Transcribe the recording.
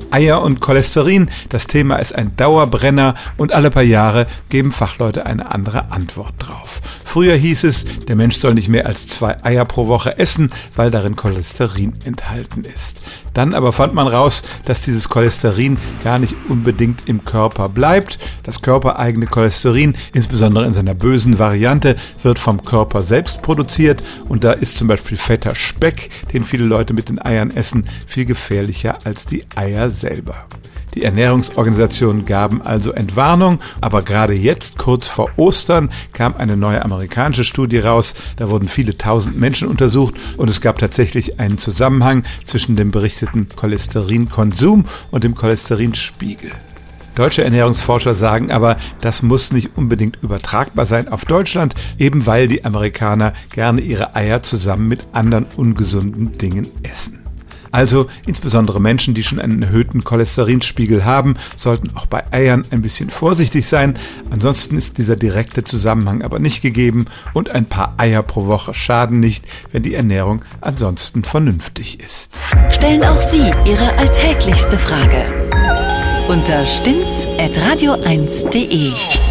Eier und Cholesterin, das Thema ist ein Dauerbrenner und alle paar Jahre geben Fachleute eine andere Antwort drauf. Früher hieß es, der Mensch soll nicht mehr als 2 Eier pro Woche essen, weil darin Cholesterin enthalten ist. Dann aber fand man raus, dass dieses Cholesterin gar nicht unbedingt im Körper bleibt. Das körpereigene Cholesterin, insbesondere in seiner bösen Variante, wird vom Körper selbst produziert und da ist zum Beispiel fetter Speck, den viele Leute mit den Eiern essen, viel gefährlicher als die Eier selber. Die Ernährungsorganisationen gaben also Entwarnung, aber gerade jetzt, kurz vor Ostern, kam eine neue amerikanische Studie raus. Da wurden viele tausend Menschen untersucht und es gab tatsächlich einen Zusammenhang zwischen dem berichteten Cholesterinkonsum und dem Cholesterinspiegel. Deutsche Ernährungsforscher sagen aber, das muss nicht unbedingt übertragbar sein auf Deutschland, eben weil die Amerikaner gerne ihre Eier zusammen mit anderen ungesunden Dingen essen. Also insbesondere Menschen, die schon einen erhöhten Cholesterinspiegel haben, sollten auch bei Eiern ein bisschen vorsichtig sein. Ansonsten ist dieser direkte Zusammenhang aber nicht gegeben und ein paar Eier pro Woche schaden nicht, wenn die Ernährung ansonsten vernünftig ist. Stellen auch Sie Ihre alltäglichste Frage unter stimmt's@radio1.de.